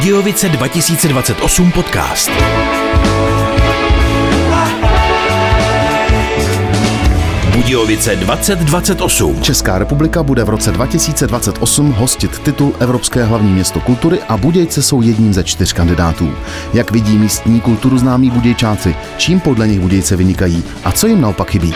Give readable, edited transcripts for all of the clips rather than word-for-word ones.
Budějovice 2028 podcast. Budějovice 2028. Česká republika bude v roce 2028 hostit titul Evropské hlavní město kultury a Budějce jsou jedním ze 4 kandidátů. Jak vidí místní kulturu známí Budějčáci, čím podle nich Budějce vynikají a co jim naopak chybí?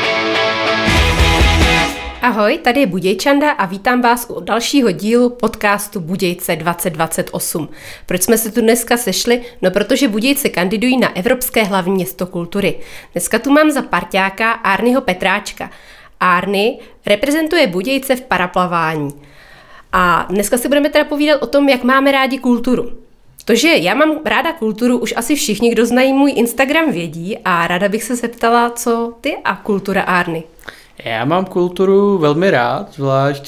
Ahoj, tady je Budějčanda a vítám vás u dalšího dílu podcastu Budějce 2028. Proč jsme se tu dneska sešli? No protože Budějce kandidují na Evropské hlavní město kultury. Dneska tu mám za parťáka Árnyho Petráčka. Árny reprezentuje Budějce v paraplavání. A dneska si budeme teda povídat o tom, jak máme rádi kulturu. To, že já mám ráda kulturu, už asi všichni, kdo znají můj Instagram, vědí a ráda bych se zeptala, co ty a kultura Árny. Já mám kulturu velmi rád, zvlášť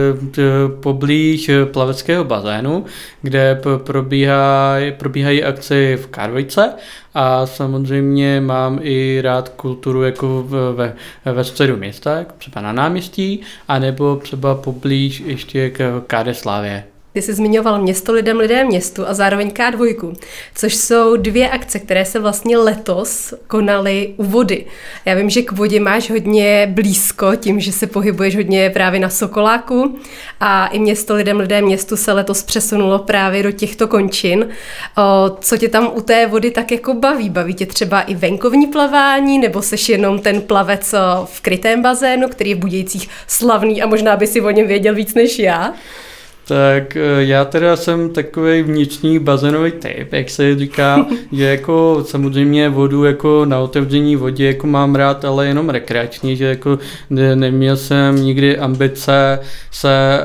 poblíž plaveckého bazénu, kde probíhají akce v Karvice a samozřejmě mám i rád kulturu jako ve středu města, jako třeba na náměstí, anebo třeba poblíž ještě k KD Slavie. Ty jsi zmiňoval Město lidem, lidé městu a zároveň K2, což jsou 2 akce, které se vlastně letos konaly u vody. Já vím, že k vodě máš hodně blízko tím, že se pohybuješ hodně právě na Sokoláku a i Město lidem, lidé městu se letos přesunulo právě do těchto končin. Co tě tam u té vody tak jako baví? Baví tě třeba i venkovní plavání nebo seš jenom ten plavec v krytém bazénu, který je v Budějcích slavný a možná by si o něm věděl víc než já? Tak já teda jsem takovej vnitřní bazénový typ, jak se říká, že jako samozřejmě vodu jako na otevření vodě jako mám rád, ale jenom rekreačně, že jako neměl jsem nikdy ambice se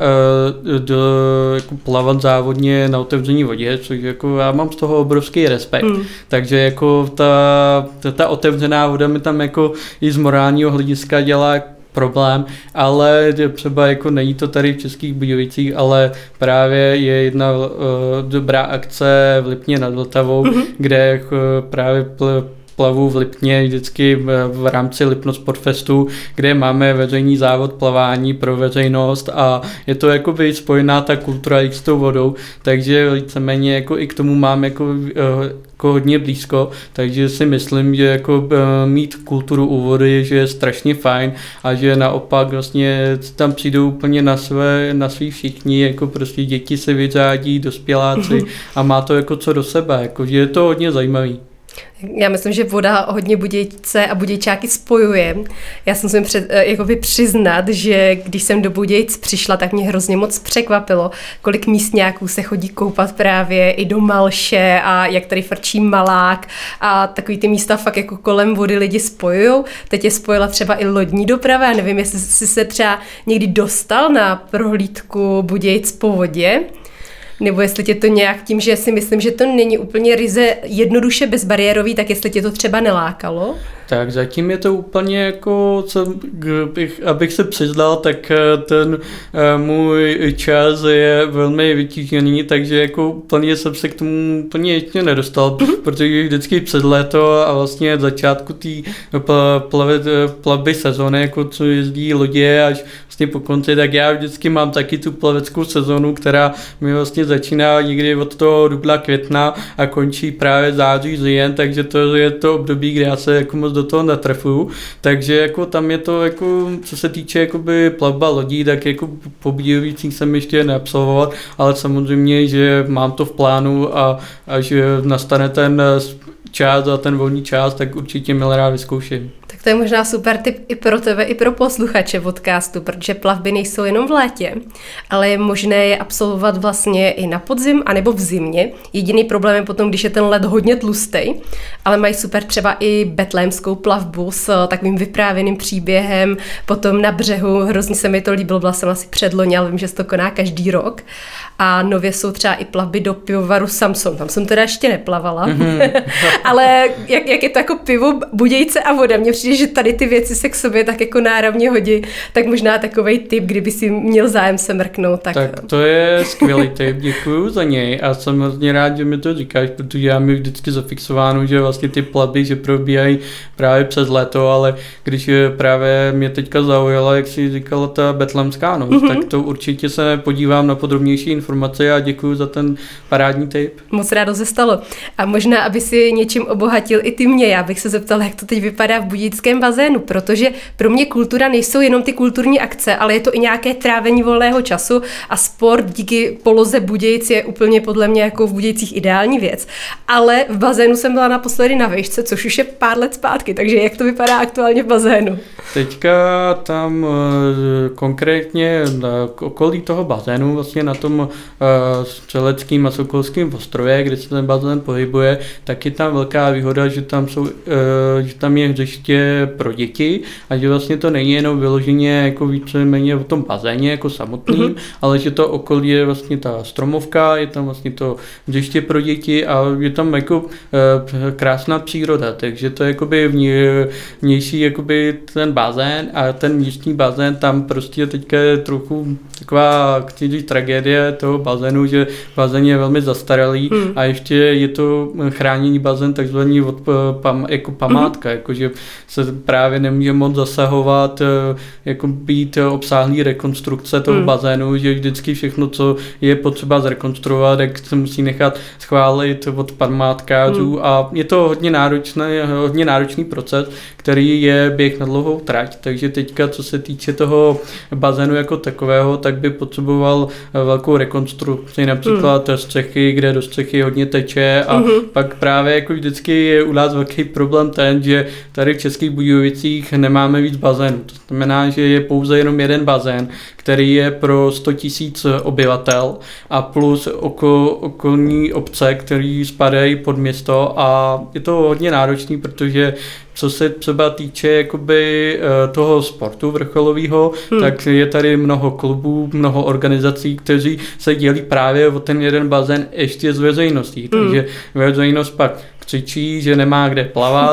jako plavat závodně na otevření vodě, což jako já mám z toho obrovský respekt, takže jako ta otevřená voda mi tam jako i z morálního hlediska dělá problém, ale třeba jako není to tady v Českých Budějovicích, ale právě je jedna dobrá akce v Lipně nad Vltavou, kde právě plavu v Lipně vždycky v rámci Lipno Sport Festu, kde máme veřejný závod plavání pro veřejnost a je to jakoby spojená ta kultura i s tou vodou, takže víceméně jako i k tomu mám jako hodně blízko, takže si myslím, že jako mít kulturu u vody, že je strašně fajn a že naopak vlastně tam přijdou úplně na svý všichni, jako prostě děti se vyřádí, dospěláci a má to jako co do sebe, jako že je to hodně zajímavý. Já myslím, že voda hodně Budějce a Budějčáky spojuje. Já jsem musím přiznat, že když jsem do Budějc přišla, tak mě hrozně moc překvapilo, kolik místňáků se chodí koupat právě i do Malše a jak tady frčí Malák a takový ty místa fakt jako kolem vody lidi spojujou. Teď je spojila třeba i lodní doprava. Já nevím, jestli jsi se třeba někdy dostal na prohlídku Budějc po vodě. Nebo jestli tě to nějak tím, že si myslím, že to není úplně ryze jednoduše bezbariérový, tak jestli tě to třeba nelákalo? Tak zatím je to úplně jako, abych se přiznal, tak ten můj čas je velmi vytížený, takže jako úplně jsem se k tomu úplně ještě nedostal, protože vždycky před léto a vlastně od začátku té plavby sezóny, jako co jezdí lodě až vlastně po konci, tak já vždycky mám taky tu plaveckou sezónu, která mi vlastně začíná někdy od toho dubna, května a končí právě září, říjen, takže to je to období, kdy já se jako moc do toho natrefuju, takže jako tam je to jako, co se týče jakoby plavba lodí, tak jako po Budějovicích jsem ještě neabsolvoval, ale samozřejmě, že mám to v plánu a až nastane ten čas a ten volný čas, tak určitě milé rád vyzkouším. Tak to je možná super tip i pro tebe, i pro posluchače podcastu, protože plavby nejsou jenom v létě, ale je možné je absolvovat vlastně i na podzim anebo v zimě. Jediný problém je potom, když je ten led hodně tlustej, ale mají super třeba i betlémskou plavbu s takovým vyprávěným příběhem, potom na břehu, hrozně se mi to líbilo, byla jsem asi předloni, ale vím, že se to koná každý rok. A nově jsou třeba i plavby do pivovaru Samson, tam jsem teda ještě neplavala, ale jak je to jako pivo, Budějce a voda, mně přijde, že tady ty věci se k sobě tak jako náramně hodí, tak možná takovej tip, kdyby si měl zájem se mrknout. Tak to je skvělý tip, děkuju za něj a jsem hrozně rád, že mi to říkáš, protože já mi vždycky zafixováno, že vlastně ty plavby, že probíhají právě přes léto, ale když právě mě teďka zaujala, jak si říkala ta betlemská noc, tak to určitě se podívám na podrobnější informace a děkuju za ten parádní tip. Moc rádo se stalo. A možná, aby si něčím obohatil i ty mě, já bych se zeptala, jak to teď vypadá v budějickém bazénu, protože pro mě kultura nejsou jenom ty kulturní akce, ale je to i nějaké trávení volného času a sport díky poloze Budějic je úplně podle mě jako v Budějicích ideální věc. Ale v bazénu jsem byla naposledy na vejšce, což už je pár let zpátky, takže jak to vypadá aktuálně v bazénu? Teďka tam konkrétně okolí toho bazénu, vlastně na tom Střeleckým a Sokolském ostrově, kde se ten bazén pohybuje, tak je tam velká výhoda, že tam je hřiště pro děti a že vlastně to není jenom vyloženě jako víceméně o tom bazéně jako samotným, ale že to okolí je vlastně ta stromovka, je tam vlastně to hřiště pro děti a je tam jako krásná příroda, takže to je jakoby vnější jakoby ten bazén a ten místní bazén, tam prostě teďka je trochu taková tragédie toho bazénu, že bazén je velmi zastaralý a ještě je to chráněný bazén takzvaný jako památka, jakože se právě nemůže moc zasahovat, jako být obsáhlý rekonstrukce toho bazénu, že vždycky všechno, co je potřeba zrekonstruovat, tak se musí nechat schválit od památkářů a je to hodně náročný proces, který je běh na dlouhou trať, takže teďka, co se týče toho bazénu jako takového, tak by potřeboval velkou rekonstrukci, například střechy, kde do střechy hodně teče a pak právě jako vždycky je u nás velký problém ten, že tady v Českých Budějovicích nemáme víc bazénů. To znamená, že je pouze jenom jeden bazén, který je pro 100 000 obyvatel a plus okolní obce, který spadají pod město a je to hodně náročný, protože co se třeba týče jakoby toho sportu vrcholového, tak je tady mnoho klubů, mnoho organizací, kteří se dělí právě o ten jeden bazén ještě s veřejností. Takže veřejnost pak křičí, že nemá kde plavat,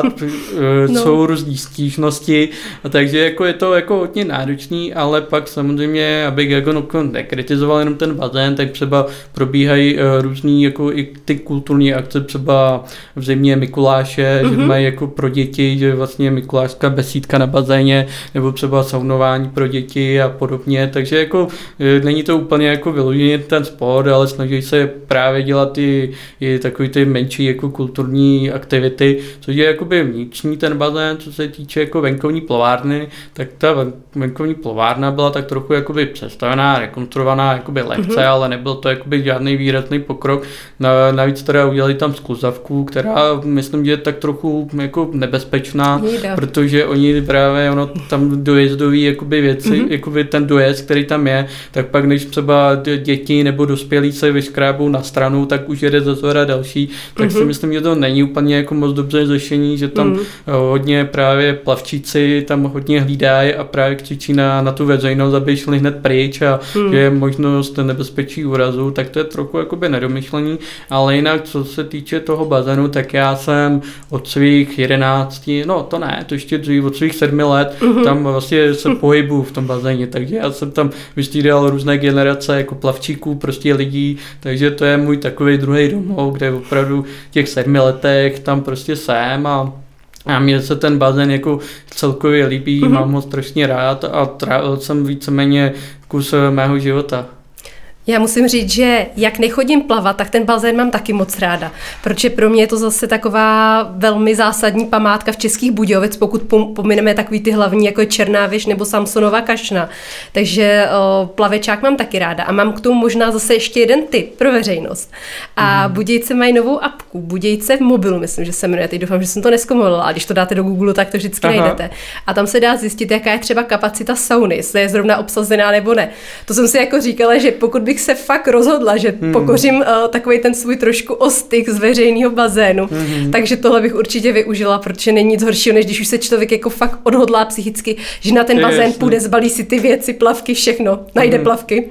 jsou různý stížnosti, takže jako je to jako hodně náročný, ale pak samozřejmě, abych jako nekritizoval jenom ten bazén, tak třeba probíhají různý jako i ty kulturní akce, třeba v zimě Mikuláše, že mají jako pro děti, že vlastně mikulášská besídka na bazéně, nebo třeba saunování pro děti a podobně, takže jako není to úplně jako vyloženě ten sport, ale snaží se právě dělat i takový ty menší jako kulturní aktivity, což je jakoby vnitřní ten bazén, co se týče jako venkovní plovárny, tak ta venkovní plovárna byla tak trochu jakoby přestavená, rekonstruovaná jakoby lehce, ale nebyl to jakoby žádný výrazný pokrok. Navíc teda udělali tam skluzavku, která myslím, že je tak trochu jako nebezpečná, protože oni právě tam dojezdový jakoby věci, jakoby ten dojezd, který tam je, tak pak než třeba děti nebo dospělí se vyškrábou na stranu, tak už jede zazora další, tak si myslím, že to není úplně jako moc dobře řešení, že tam hodně právě plavčíci tam hodně hlídají a právě křičí na tu veřejnost, aby šli hned pryč a že je možnost nebezpečí úrazu, tak to je trochu jakoby nedomyšlení, ale jinak, co se týče toho bazénu, tak já jsem od svých 11, to ještě dřív, od svých 7 let, tam vlastně se pohybuju v tom bazéně, takže já jsem tam vystřídal různé generace jako plavčíků, prostě lidí, takže to je můj takový druhý domov, kde opravdu těch 7 letech tam prostě jsem a mně se ten bazén jako celkově líbí, mám ho strašně rád a trávil jsem víceméně kus mého života. Já musím říct, že jak nechodím plavat, tak ten bazén mám taky moc ráda, protože pro mě je to zase taková velmi zásadní památka v Českých Budějovic, pokud pomineme takový ty hlavní, jako je Černá věž nebo Samsonova kašna. Takže plavečák mám taky ráda a mám k tomu možná zase ještě jeden tip pro veřejnost. A Budějce mají novou apku, Budějce v mobilu, myslím, že se jmenuje, teď doufám, že jsem to nezkomolila, a když to dáte do Google, tak to vždycky najdete. A tam se dá zjistit, jaká je třeba kapacita sauny, jestli je zrovna obsazená nebo ne. To jsem si jako říkala, že pokud bych bych se fakt rozhodla, že pokořím takový ten svůj trošku ostyk z veřejného bazénu. Takže tohle bych určitě využila, protože není nic horšího, než když už se člověk jako fakt odhodlá psychicky, že na ten bazén půjde, zbalí si ty věci, plavky, všechno, najde plavky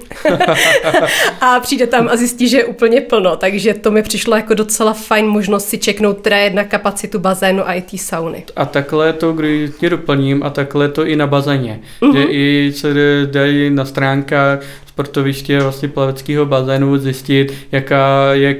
a přijde tam a zjistí, že je úplně plno. Takže to mi přišlo jako docela fajn možnost si čeknout teda jedna kapacitu bazénu a i té sauny. A takhle to, když tě doplním, a takhle to i na bazéně. Že i se dají na stránkách sportoviště vlastně plaveckého bazénu zjistit, jaká je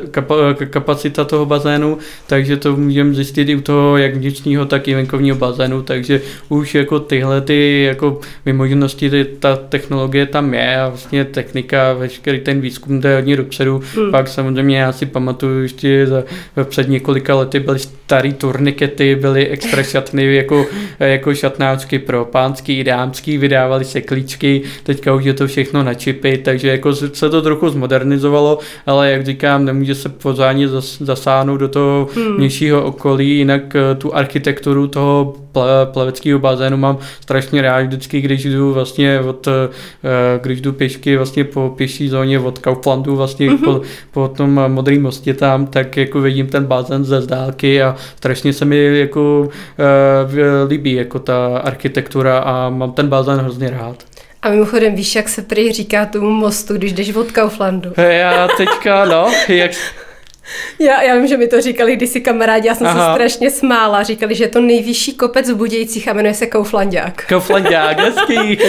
kapacita toho bazénu, takže to můžeme zjistit i u toho jak vnitřního, tak i venkovního bazénu, takže už jako tyhle jako vymoženosti, ta technologie tam je a vlastně technika, veškerý ten výzkum jde hodně dopředu. Pak samozřejmě já si pamatuju ještě před několika lety byly starý turnikety, byly extra šatny jako šatnáčky pro pánský i dámský, vydávali se klíčky, teďka už je to všechno na čipy, takže jako se to trochu zmodernizovalo, ale jak říkám, nemůže se pořádně zasáhnout do toho vnějšího okolí, jinak tu architekturu toho plaveckého bazénu mám strašně rád vždycky, když jdu vlastně když jdu pěšky vlastně po pěší zóně od Kauflandu vlastně po tom Modrém mostě tam, tak jako vidím ten bazén ze zdálky a strašně se mi jako líbí jako ta architektura a mám ten bazén hrozně rád. A mimochodem, víš, jak se prý říká tomu mostu, když jdeš od Kauflandu? Já teďka, jak... Já vím, že mi to říkali kdysi kamarádi, já jsem se strašně smála. Říkali, že je to nejvyšší kopec v Budějcích a jmenuje se Kauflandák. Kauflandák, hezký.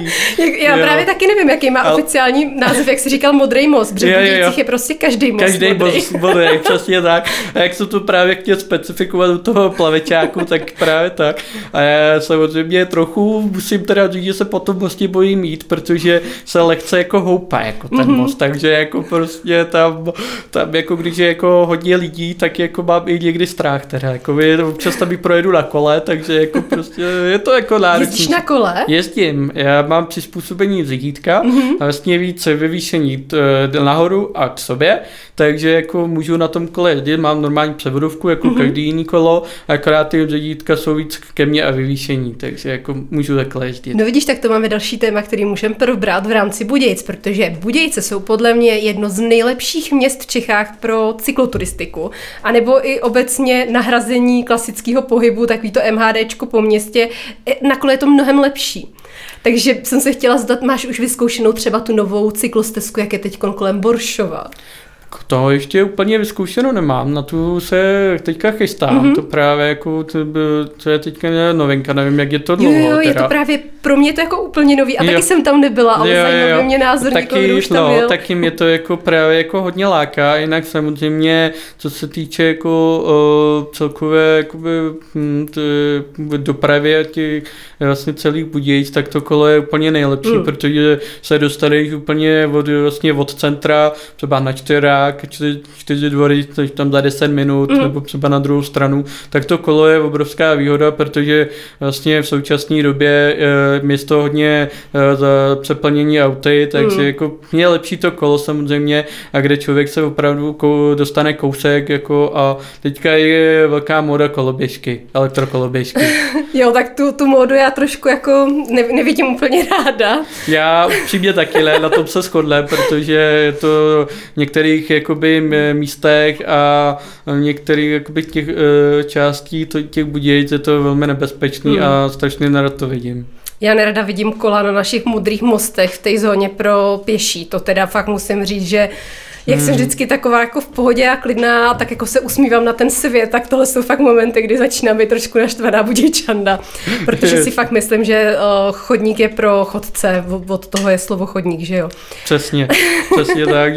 Já právě taky nevím, jaký má oficiální název, jak jsi říkal Modrý most, protože v Budějcích je prostě každý most modrý. Každý most modrý, přesně tak. A jak jsem to právě chtěl specifikovat u toho plavečáku, tak právě tak. A já samozřejmě trochu musím teda říct, že se po tom mostě bojím jít, protože se lehce jako houpá jako ten most, takže jako prostě tam jako když je jako hodně lidí, tak jako mám i někdy strach teda, jako občas tam projedu na kole, takže jako prostě je to jako náročný. Jezdíš na kole? Jezdím, já mám přizpůsobení řídítka a vlastně víc vyvýšení nahoru a k sobě, takže jako můžu na tom kole jezdit, mám normální převodovku jako každý jiný kolo, akorát ty řídítka jsou víc ke mně a vyvýšení, takže jako můžu takhle jezdit. No vidíš, tak to máme další téma, který můžeme probrat v rámci Budějc, protože Budějce jsou podle mě jedno z nejlepších měst v Čechách pro cykloturistiku, anebo i obecně nahrazení klasického pohybu, takový to MHDčko po městě, na kole je to mnohem lepší. Takže jsem se chtěla zdat, máš už vyzkoušenou třeba tu novou cyklostezku, jak je teď kolem Boršova? To ještě úplně vyzkoušeno nemám, na tu se teďka chystám, to právě jako, to je teďka novinka, nevím, jak je to dlouho. Jo, je to právě, pro mě to jako úplně nový a taky jsem tam nebyla, ale zajímavý mě názor, kdo už tam byl. Taky mě to jako právě jako hodně láká, jinak samozřejmě, co se týče jako celkové jakoby, dopravy a těch vlastně celých Budějic, tak to kolo je úplně nejlepší, protože se dostaneš úplně od centra, třeba na Čtyřák, 4 dvory, tam za 10 minut, nebo třeba na druhou stranu, tak to kolo je obrovská výhoda, protože vlastně v současné době město hodně přeplnění auty, takže jako je lepší to kolo samozřejmě, a kde člověk se opravdu dostane kousek, jako a teďka je velká móda koloběžky, elektrokoloběžky. Jo, tak tu módu já trošku jako nevidím úplně ráda. Já upřímně taky ne, na tom se shodlem, protože je to v některých jakoby místech a v některých jakoby těch částí těch Budějic je to velmi nebezpečný a strašně nerad to vidím. Já nerada vidím kola na našich modrých mostech v té zóně pro pěší. To teda fakt musím říct, že jak jsem vždycky taková jako v pohodě a klidná a tak jako se usmívám na ten svět, tak tohle jsou fakt momenty, kdy začínám být trošku naštvaná Budějčanda, protože si fakt myslím, že chodník je pro chodce, od toho je slovo chodník, že jo? Přesně tak,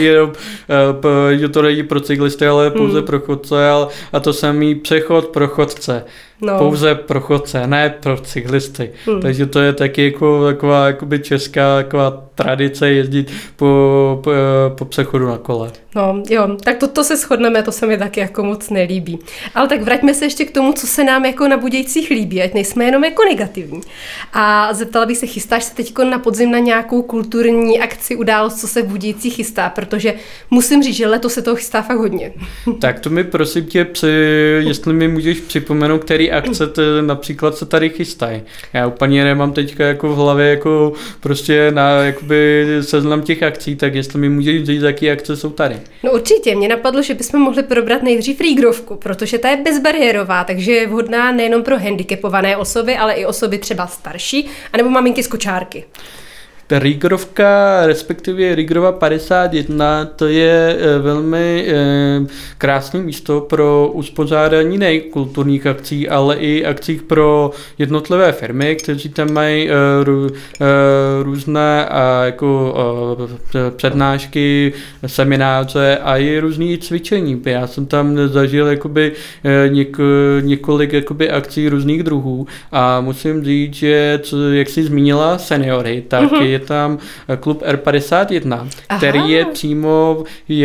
že to není pro cyklisty, ale pouze pro chodce, a to samý přechod pro chodce. No. Pouze pro chodce, ne pro cyklisty. Takže to je taky jako taková jakoby česká taková tradice jezdit po přechodu na kole. No jo, tak to se shodneme, to se mi taky jako moc nelíbí. Ale tak vraťme se ještě k tomu, co se nám jako na Budějcích líbí, ať nejsme jenom jako negativní. A zeptala bych se, chystáš se teď na podzim na nějakou kulturní akci, událost, co se v Budějcích chystá, protože musím říct, že letos se toho chystá fakt hodně. Tak to mi prosím tě, jestli mi můžeš připomenout, který akce například se tady chystají. Já úplně nemám teďka jako v hlavě jako prostě na jakoby seznam těch akcí, tak jestli mi můžeš říct, jaký akce jsou tady. No určitě, mě napadlo, že bychom mohli probrat nejdřív Rígrovku, protože ta je bezbariérová, takže je vhodná nejenom pro handicapované osoby, ale i osoby třeba starší, anebo maminky z kočárky. Ta Rígrovka, respektive Rígrova 51, to je velmi krásné místo pro uspořádání nejen kulturních akcí, ale i akcí pro jednotlivé firmy, kteří tam mají různé jako přednášky, semináře a i různé cvičení. Já jsem tam zažil jakoby několik jakoby akcí různých druhů a musím říct, že jak jsi zmínila seniory, tak je tam klub R51, který je přímo,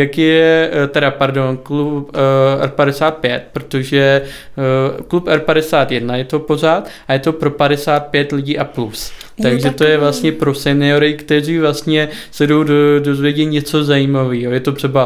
klub R55, protože klub R51 je to pořád a je to pro 55 lidí a plus. Takže to je vlastně pro seniory, kteří vlastně se jdou dozvědět něco zajímavého. Je to třeba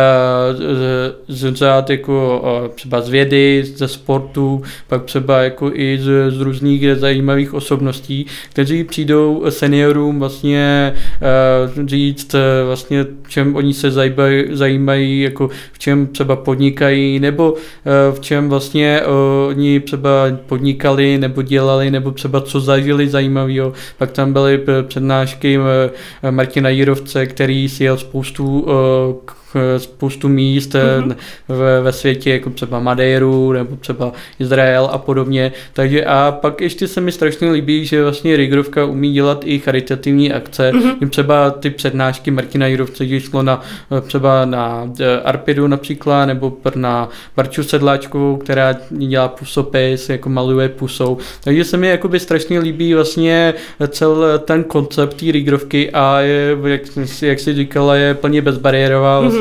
z řád jako třeba z vědy, ze sportu, pak třeba jako i z různých zajímavých osobností, kteří přijdou seniorům vlastně říct vlastně, v čem oni se zajímají, jako v čem třeba podnikají, nebo v čem vlastně oni třeba podnikali, nebo dělali, nebo třeba co zažili zajímavého. Pak tam byly přednášky Martina Jirovce, který si jel spoustu míst ve světě, jako třeba Madeiru, nebo třeba Izrael a podobně. Takže a pak ještě se mi strašně líbí, že vlastně Rígrovka umí dělat i charitativní akce. Třeba ty přednášky Martina Jirovce, když šlo třeba na Arpidu například, nebo na Barču Sedláčkovou, která dělá pusopis, jako maluje pusou. Takže se mi jakoby strašně líbí vlastně celý ten koncept té Rígrovky a je, jak jsi říkala, je plně bezbariérová, vlastně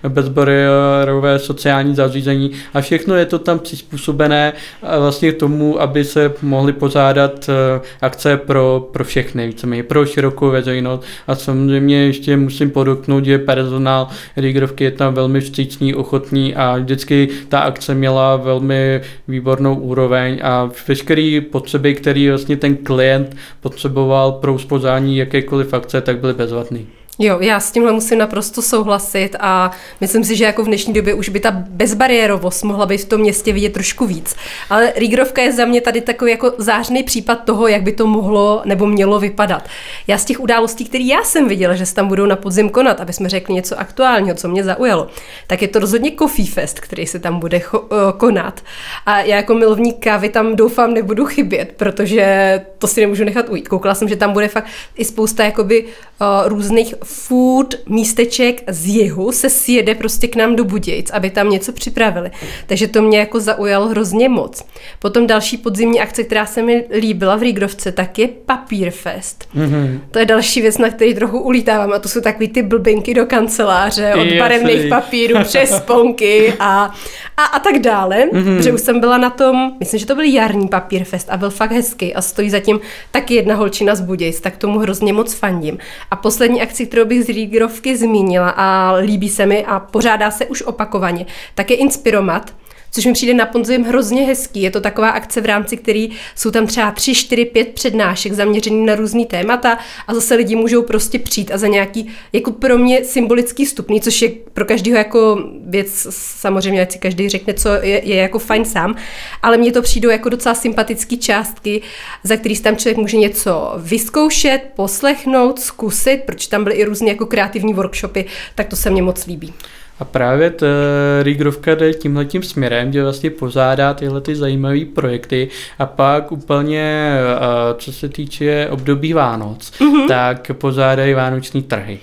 bezbariérové sociální zařízení a všechno je to tam přizpůsobené vlastně tomu, aby se mohly pořádat akce pro všechny, víceméně pro širokou veřejnost a samozřejmě ještě musím podotknout, že personál Rígrovky je tam velmi vstřícný, ochotný a vždycky ta akce měla velmi výbornou úroveň a veškeré potřeby, které vlastně ten klient potřeboval pro uspořádání jakékoliv akce, tak byly bezvadný. Jo, já s tímhle musím naprosto souhlasit a myslím si, že jako v dnešní době už by ta bezbariérovost mohla být v tom městě vidět trošku víc. Ale Rígrovka je za mě tady takový jako zářný případ toho, jak by to mohlo nebo mělo vypadat. Já z těch událostí, které já jsem viděla, že se tam budou na podzim konat, aby jsme řekli něco aktuálního, co mě zaujalo, tak je to rozhodně Coffee Fest, který se tam bude konat. A já jako milovník kávy tam doufám nebudu chybět, protože to si nemůžu nechat ujít. Koukala jsem, že tam bude fakt i spousta jakoby různých food místeček z jihu se sjede prostě k nám do Budějc, aby tam něco připravili. Takže to mě jako zaujalo hrozně moc. Potom další podzimní akce, která se mi líbila v Rígrovce, tak je Papír Fest. To je další věc, na který trochu ulítávám a to jsou takový ty blbinky do kanceláře od barevných papírů přes sponky a tak dále. Protože už jsem byla na tom, myslím, že to byl jarní Papír Fest a byl fakt hezký a stojí zatím taky jedna holčina z Budějc, tak tomu hrozně moc fandím. A poslední akci, kterou bych z Rígrovky zmínila a líbí se mi a pořádá se už opakovaně, tak je Inspiromat, což mi přijde na podzim hrozně hezký. Je to taková akce, v rámci který jsou tam třeba 3, 4, 5 přednášek zaměřený na různý témata a zase lidi můžou prostě přijít a za nějaký jako pro mě symbolický vstupný, což je pro každého jako věc, samozřejmě ať si každý řekne, co je jako fajn sám, ale mně to přijdou jako docela sympatický částky, za který si tam člověk může něco vyzkoušet, poslechnout, zkusit, protože tam byly i různé jako kreativní workshopy, tak to se mně moc líbí. A právě Rígrovka jde tímhletím směrem, že vlastně pořádá tyhle ty zajímavé projekty a pak úplně, co se týče období Vánoc, tak pořádají vánoční trhy,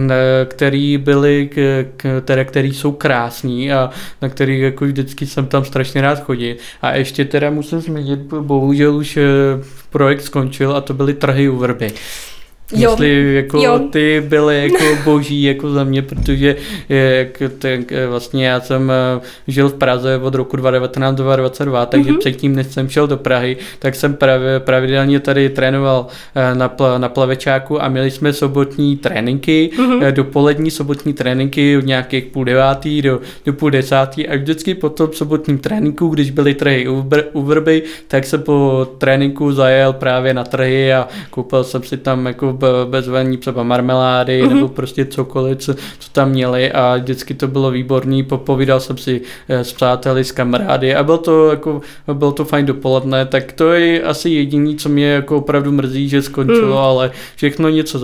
který byly, který jsou krásný a na který jako vždycky jsem tam strašně rád chodit. A ještě teda musím zmínit, bohužel už projekt skončil a to byly trhy u Vrby. Jestli jako ty byly jako boží jako za mě, protože vlastně já jsem žil v Praze od roku 2019 do 2022, takže předtím, než jsem šel do Prahy, tak jsem pravidelně tady trénoval na plavečáku a měli jsme sobotní tréninky, dopolední sobotní tréninky od nějakých 8:30 do 9:30 a vždycky po tom sobotním tréninku, když byly trhy u Vrby, tak jsem po tréninku zajel právě na trhy a koupil jsem si tam jako bezvaní třeba marmelády nebo prostě cokoliv, co tam měli a vždycky to bylo výborný, povídal jsem si s přáteli, s kamarády a bylo to fajn dopoledne, tak to je asi jediný, co mě jako opravdu mrzí, že skončilo, ale všechno něco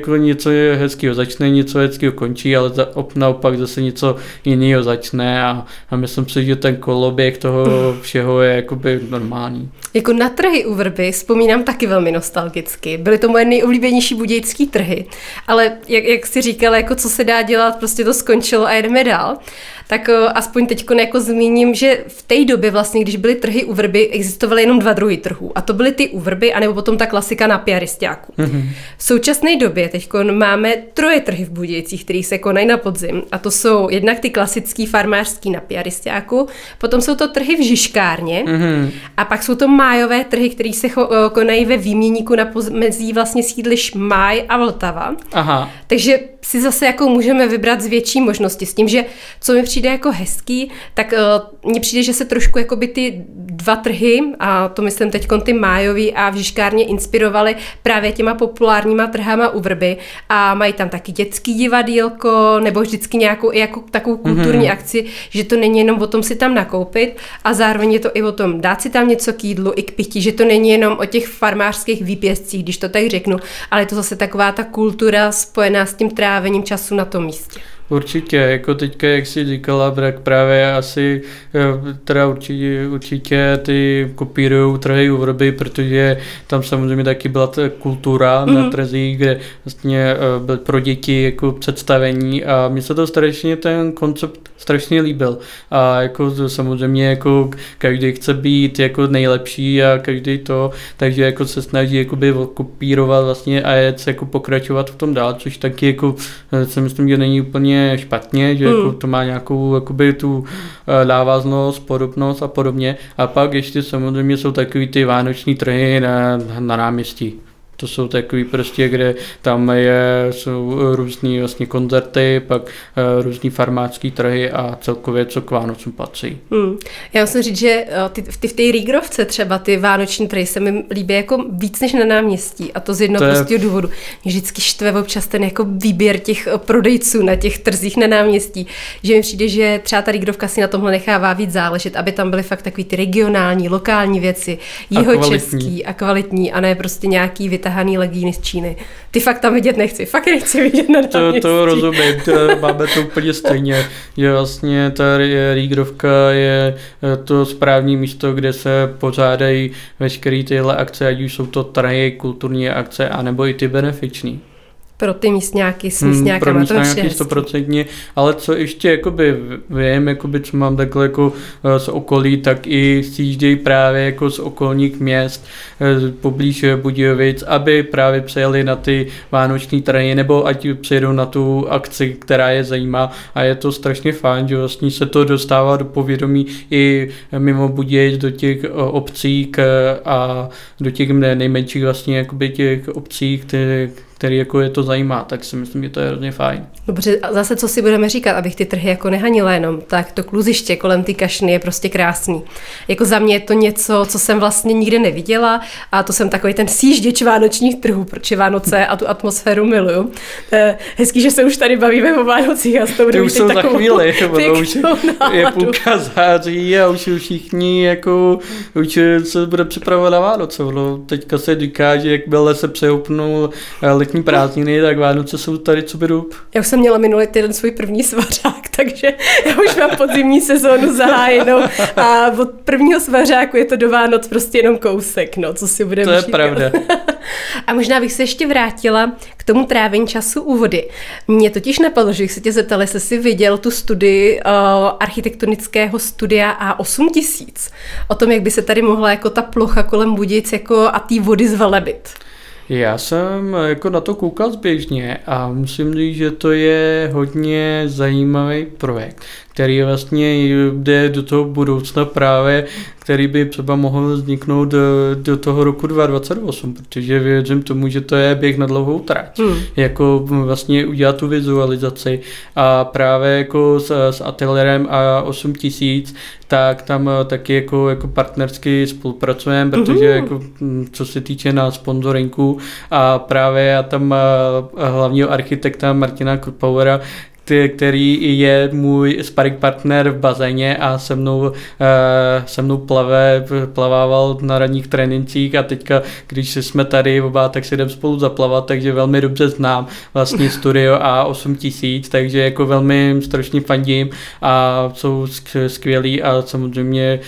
hezkého začne, něco hezkého končí, ale naopak zase něco jiného začne a myslím si, že ten koloběh toho všeho je jakoby normální. Jako na trhy u Vrby vzpomínám taky velmi nostalgicky. Byly to moje nejoblíbenější budějický trhy, ale jak jsi říkala, jako co se dá dělat, prostě to skončilo a jedeme dál. Tak aspoň teď jako zmíním, že v té době vlastně, když byly trhy u Vrby, existovaly jenom 2 druhy trhů. A to byly ty u Vrby, anebo potom ta klasika na Piarisťáku. V současné době teď máme 3 trhy v Budějcích, které se konají na podzim. A to jsou jednak ty klasický farmářský na Piarisťáku, potom jsou to trhy v Žižkárně a pak jsou to májové trhy, které se konají ve Výměníku na mezí vlastně sídliš Máj a Vltava. Aha. Takže si zase jako můžeme vybrat z větší možnosti s tím, že co mi přijde jako hezký, tak mně přijde, že se trošku jakoby ty 2 trhy, a to myslím teď ty májový a v Žižkárně inspirovaly právě těma populárníma trhama u Vrby a mají tam taky dětský divadýlko nebo vždycky nějakou jako takovou kulturní akci, že to není jenom o tom si tam nakoupit a zároveň je to i o tom dát si tam něco k jídlu i k pití, že to není jenom o těch farmářských výpěstcích, když to tak řeknu, ale je to zase taková ta kultura spojená s tím trávením času na tom místě. Určitě, jako teďka, jak jsi říkala, tak právě asi teda určitě ty kopírujou trhy u Vrby, protože tam samozřejmě taky byla ta kultura na trzích, kde vlastně byl pro děti jako představení a mně se to strašně ten koncept strašně líbil a jako samozřejmě jako každý chce být jako nejlepší a každý to, takže jako se snaží jakoby kopírovat vlastně a jet jako pokračovat v tom dál, což taky jako si myslím, že není úplně špatně, že jako to má nějakou jakoby tu návaznost, podobnost a podobně. A pak ještě samozřejmě jsou takový ty vánoční trhy na náměstí. To jsou takový prostě, kde tam jsou různý vlastně koncerty, pak různý farmářský trhy a celkově co k Vánocům patří. Já musím říct, že v té Rýgrovce třeba ty vánoční trhy se mi líbí jako víc než na náměstí a to z jednoho prostého důvodu. Mě vždycky štve občas ten jako výběr těch prodejců na těch trzích na náměstí, že mi přijde, že třeba ta Rýgrovka si na tomhle nechává víc záležet, aby tam byly fakt takový ty regionální, lokální věci, jihočeský a kvalitní a ne prostě nějaký vytahaný legíny z Číny. Ty fakt tam vidět nechci. Fakt nechci vidět na náměstí. To rozumím. Máme to úplně stejně. Že vlastně ta Rýgrovka je to správné místo, kde se pořádají veškeré tyhle akce, ať už jsou to trhy, kulturní akce, anebo i ty benefiční. Pro ty místňáky s místňákama. Pro místňáky 100%, ale co ještě jakoby vím, jakoby, co mám takhle jako z okolí, tak i sjíždějí právě jako z okolních měst poblíž Budějovic, aby právě přijeli na ty vánoční trhy, nebo ať přijedou na tu akci, která je zajímá a je to strašně fajn, že vlastně se to dostává do povědomí i mimo Budějic do těch obcí a do těch nejmenších vlastně jakoby těch obcí, který jako je to zajímá, tak si myslím, že to je hrozně fajn. Dobře, a zase co si budeme říkat, abych ty trhy jako nehanila jenom, tak to kluziště kolem ty Kašny je prostě krásný. Jako za mě je to něco, co jsem vlastně nikdy neviděla a to jsem takový ten sjížděč vánočních trhů, protože Vánoce a tu atmosféru miluju. Hezký, že se už tady bavíme o Vánocích a s tou už jsou za chvíli, už je půlka září a už všichni jako už se bude připravovat na Vánoce. No, teďka se říká, že jakmile se přehoupnou letní prázdniny, tak Vánoce jsou tady co by růb. Já už jsem měla minulý týden svůj první svařák, takže já už mám podzimní sezónu zahájenou a od prvního svařáku je to do Vánoc prostě jenom kousek, no, co si budeme říkat. To je pravda. A možná bych se ještě vrátila k tomu trávení času u vody. Mně totiž napadlo, že bych se tě zeptala, jestli jsi viděl tu studii architektonického studia A8000 o tom, jak by se tady mohla jako ta plocha kolem Budějic jako a té vody zvelebit. Já jsem jako na to koukal zběžně a musím říct, že to je hodně zajímavý projekt, který vlastně jde do toho budoucna právě, který by třeba mohl vzniknout do toho roku 2028, protože věřím tomu, že to je běh na dlouhou trať. Jako vlastně udělat tu vizualizaci a právě jako s ateliérem A8000, tak tam taky jako partnersky spolupracujeme, protože jako, co se týče na sponzorinku a právě já tam hlavního architekta Martina Krupauera, který je můj sparring partner v bazéně a se mnou plavával na ranních trénincích a teďka, když jsme tady oba, tak si jdem spolu zaplavat, takže velmi dobře znám vlastně studio A8000, takže jako velmi strašně fandím a jsou skvělí a samozřejmě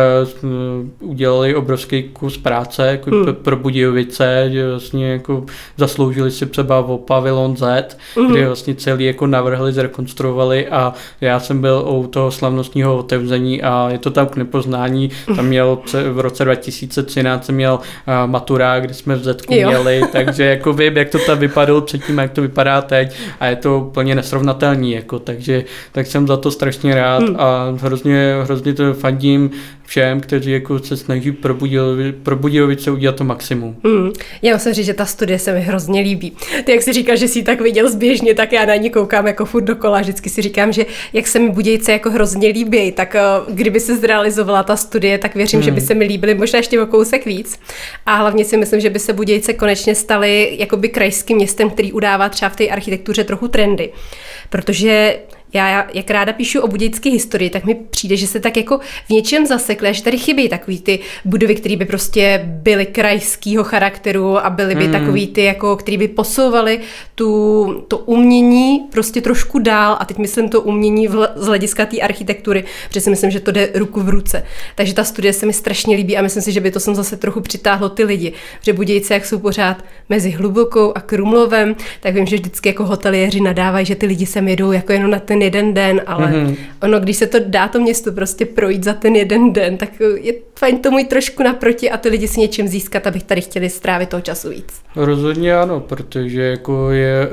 udělali obrovský kus práce jako pro Budějovice, že vlastně jako zasloužili si třeba o Pavilon Z, kde vlastně celý jako navrhli, zrekonstruovali a já jsem byl u toho slavnostního otevření a je to tam k nepoznání. Tam měl v roce 2013 měl maturák, kdy jsme v Zetku měli, takže jako vím, jak to tam vypadalo předtím, jak to vypadá teď a je to úplně nesrovnatelný, jako, takže tak jsem za to strašně rád a hrozně to fandím všem, kteří jako se snaží pro Budějovice udělat to maximum. Já musím říct, že ta studie se mi hrozně líbí. Ty, jak jsi říkal, že jsi ji tak viděl zběžně, tak já na ní koukám jako furt dokola. Vždycky si říkám, že jak se mi Budějce jako hrozně líbí, tak kdyby se zrealizovala ta studie, tak věřím, že by se mi líbily možná ještě o kousek víc. A hlavně si myslím, že by se Budějce konečně staly jakoby krajským městem, který udává třeba v té architektuře trochu trendy. Protože já, jak ráda píšu o budějské historii, tak mi přijde, že se tak jako v něčem zasekle, že tady chybí takový ty budovy, které by prostě byly krajského charakteru a byly by takový ty, jako, který by posouvaly to umění prostě trošku dál a teď myslím to umění z hlediska té architektury, protože si myslím, že to jde ruku v ruce. Takže ta studie se mi strašně líbí a myslím si, že by to sem zase trochu přitáhlo ty lidi, protože Budějce, jak jsou pořád mezi Hlubokou a Krumlovem, tak vím, že vždycky jako hoteliéři nadávají, že ty lidi sem jedou jako jenom na ten jeden den, ale ono, když se to dá to město prostě projít za ten jeden den, tak je fajn tomu jít trošku naproti a ty lidi si něčím získat, abych tady chtěli strávit toho času víc. Rozhodně ano, protože jako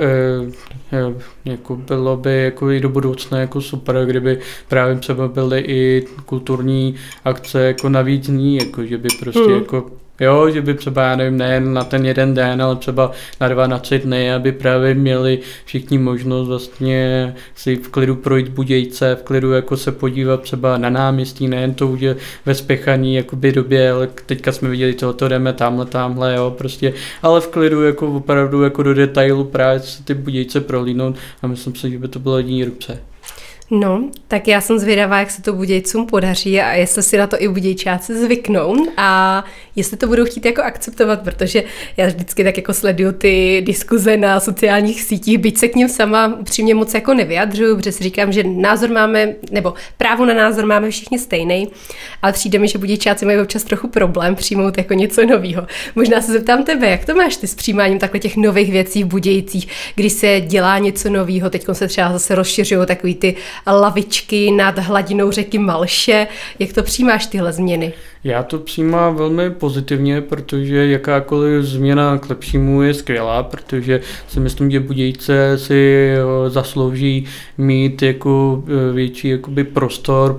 jako bylo by jako i do budoucna jako super, kdyby právě třeba byly i kulturní akce jako navíc dní, jako že by prostě jako jo, že by třeba, já nevím, nejen na ten jeden den, ale třeba na 12 dny, aby právě měli všichni možnost vlastně si v klidu projít Budějce, v klidu jako se podívat třeba na náměstí, nejen to udělat ve spěchaný jakoby době, ale teďka jsme viděli to jdeme tamhle, jo, prostě, ale v klidu jako opravdu jako do detailu právě si ty Budějce prohlídnout a myslím si, že by to bylo jediný ruce. No, tak já jsem zvědavá, jak se to Budějcům podaří a jestli si na to i Budějčáci zvyknou a jestli to budou chtít jako akceptovat, protože já vždycky tak jako sleduju ty diskuze na sociálních sítích, byť se k nim sama upřímně moc jako nevyjadřuju, protože si říkám, že názor máme, nebo právo na názor máme všichni stejný, ale přijde mi, že Budějčáci mají občas trochu problém přijmout jako něco nového. Možná se zeptám tebe, jak to máš ty s přijímáním takhle těch nových věcí v Budějcích, když se dělá něco nového, teď se třeba zase rozšiřují takový ty lavičky nad hladinou řeky Malše. Jak to přijímáš tyhle změny? Já to přijímám velmi pozitivně, protože jakákoliv změna k lepšímu je skvělá, protože si myslím, že Budějce si zaslouží mít jako větší jakoby prostor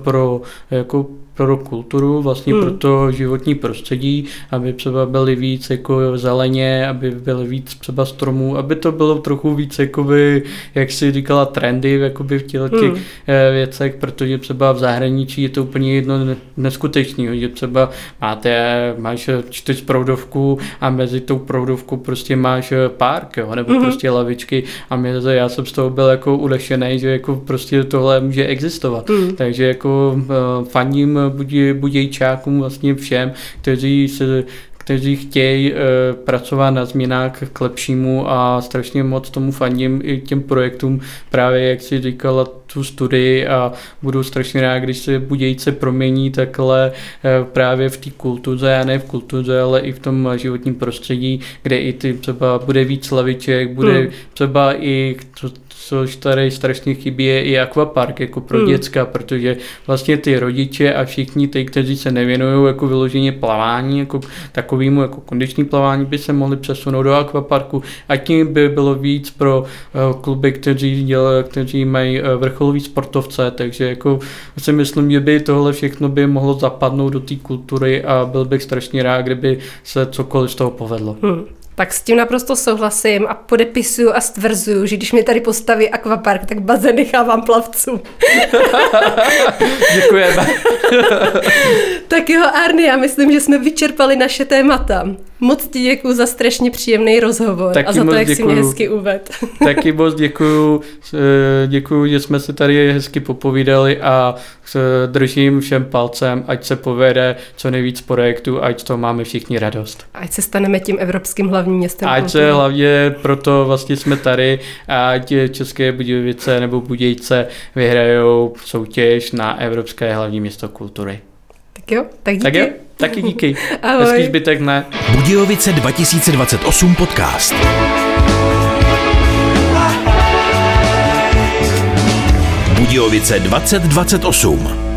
pro kulturu, vlastně pro to životní prostředí, aby třeba byly víc jako zeleně, aby byly víc třeba stromů, aby to bylo trochu víc jakoby, jak si říkala, trendy jakoby v těch věcech, protože třeba v zahraničí je to úplně jedno neskutečného, že třeba máš 4proudovku a mezi tou proudovkou prostě máš park, jo, nebo prostě lavičky a já jsem z toho byl jako ulešený, že jako prostě tohle může existovat. Takže jako fandím Budějčákům vlastně všem, kteří chtějí pracovat na změnách k lepšímu a strašně moc tomu fandím i těm projektům, právě jak si říkala tu studii a budu strašně rád, když se Budějce promění takhle právě v té kultuře, a ne v kultuře, ale i v tom životním prostředí, kde i třeba bude víc laviček, bude třeba i což tady strašně chybí, je i akvapark jako pro děcka, protože vlastně ty rodiče a všichni ty, kteří se nevěnují jako vyloženě plavání, jako takovému jako kondiční plavání, by se mohli přesunout do akvaparku a tím by bylo víc pro kluby, kteří mají vrcholový sportovce, takže jako si myslím, že by tohle všechno by mohlo zapadnout do té kultury a byl bych strašně rád, kdyby se cokoliv z toho povedlo. Tak s tím naprosto souhlasím a podepisuju a stvrzuju, že když mi tady postaví akvapark, tak bazén nechávám plavcům. Děkujeme. Tak jo, Arny, já myslím, že jsme vyčerpali naše témata. Moc ti děkuju za strašně příjemný rozhovor a za to, jak jsi mě hezky uvedl. Taky moc děkuju, že jsme se tady hezky popovídali a držím všem palcem, ať se povede co nejvíc projektů, ať z toho máme všichni radost. Ať se staneme tím evropským hlavním městem. Ať se hlavně proto vlastně jsme tady a ať České Budějovice nebo Budějce vyhrajou soutěž na Evropské hlavní město kultury. Tak jo, tak díky. Tak jo, taky díky. Ahoj. Hezký zbytek dne. Budějovice 2028 podcast. Budějovice 2028.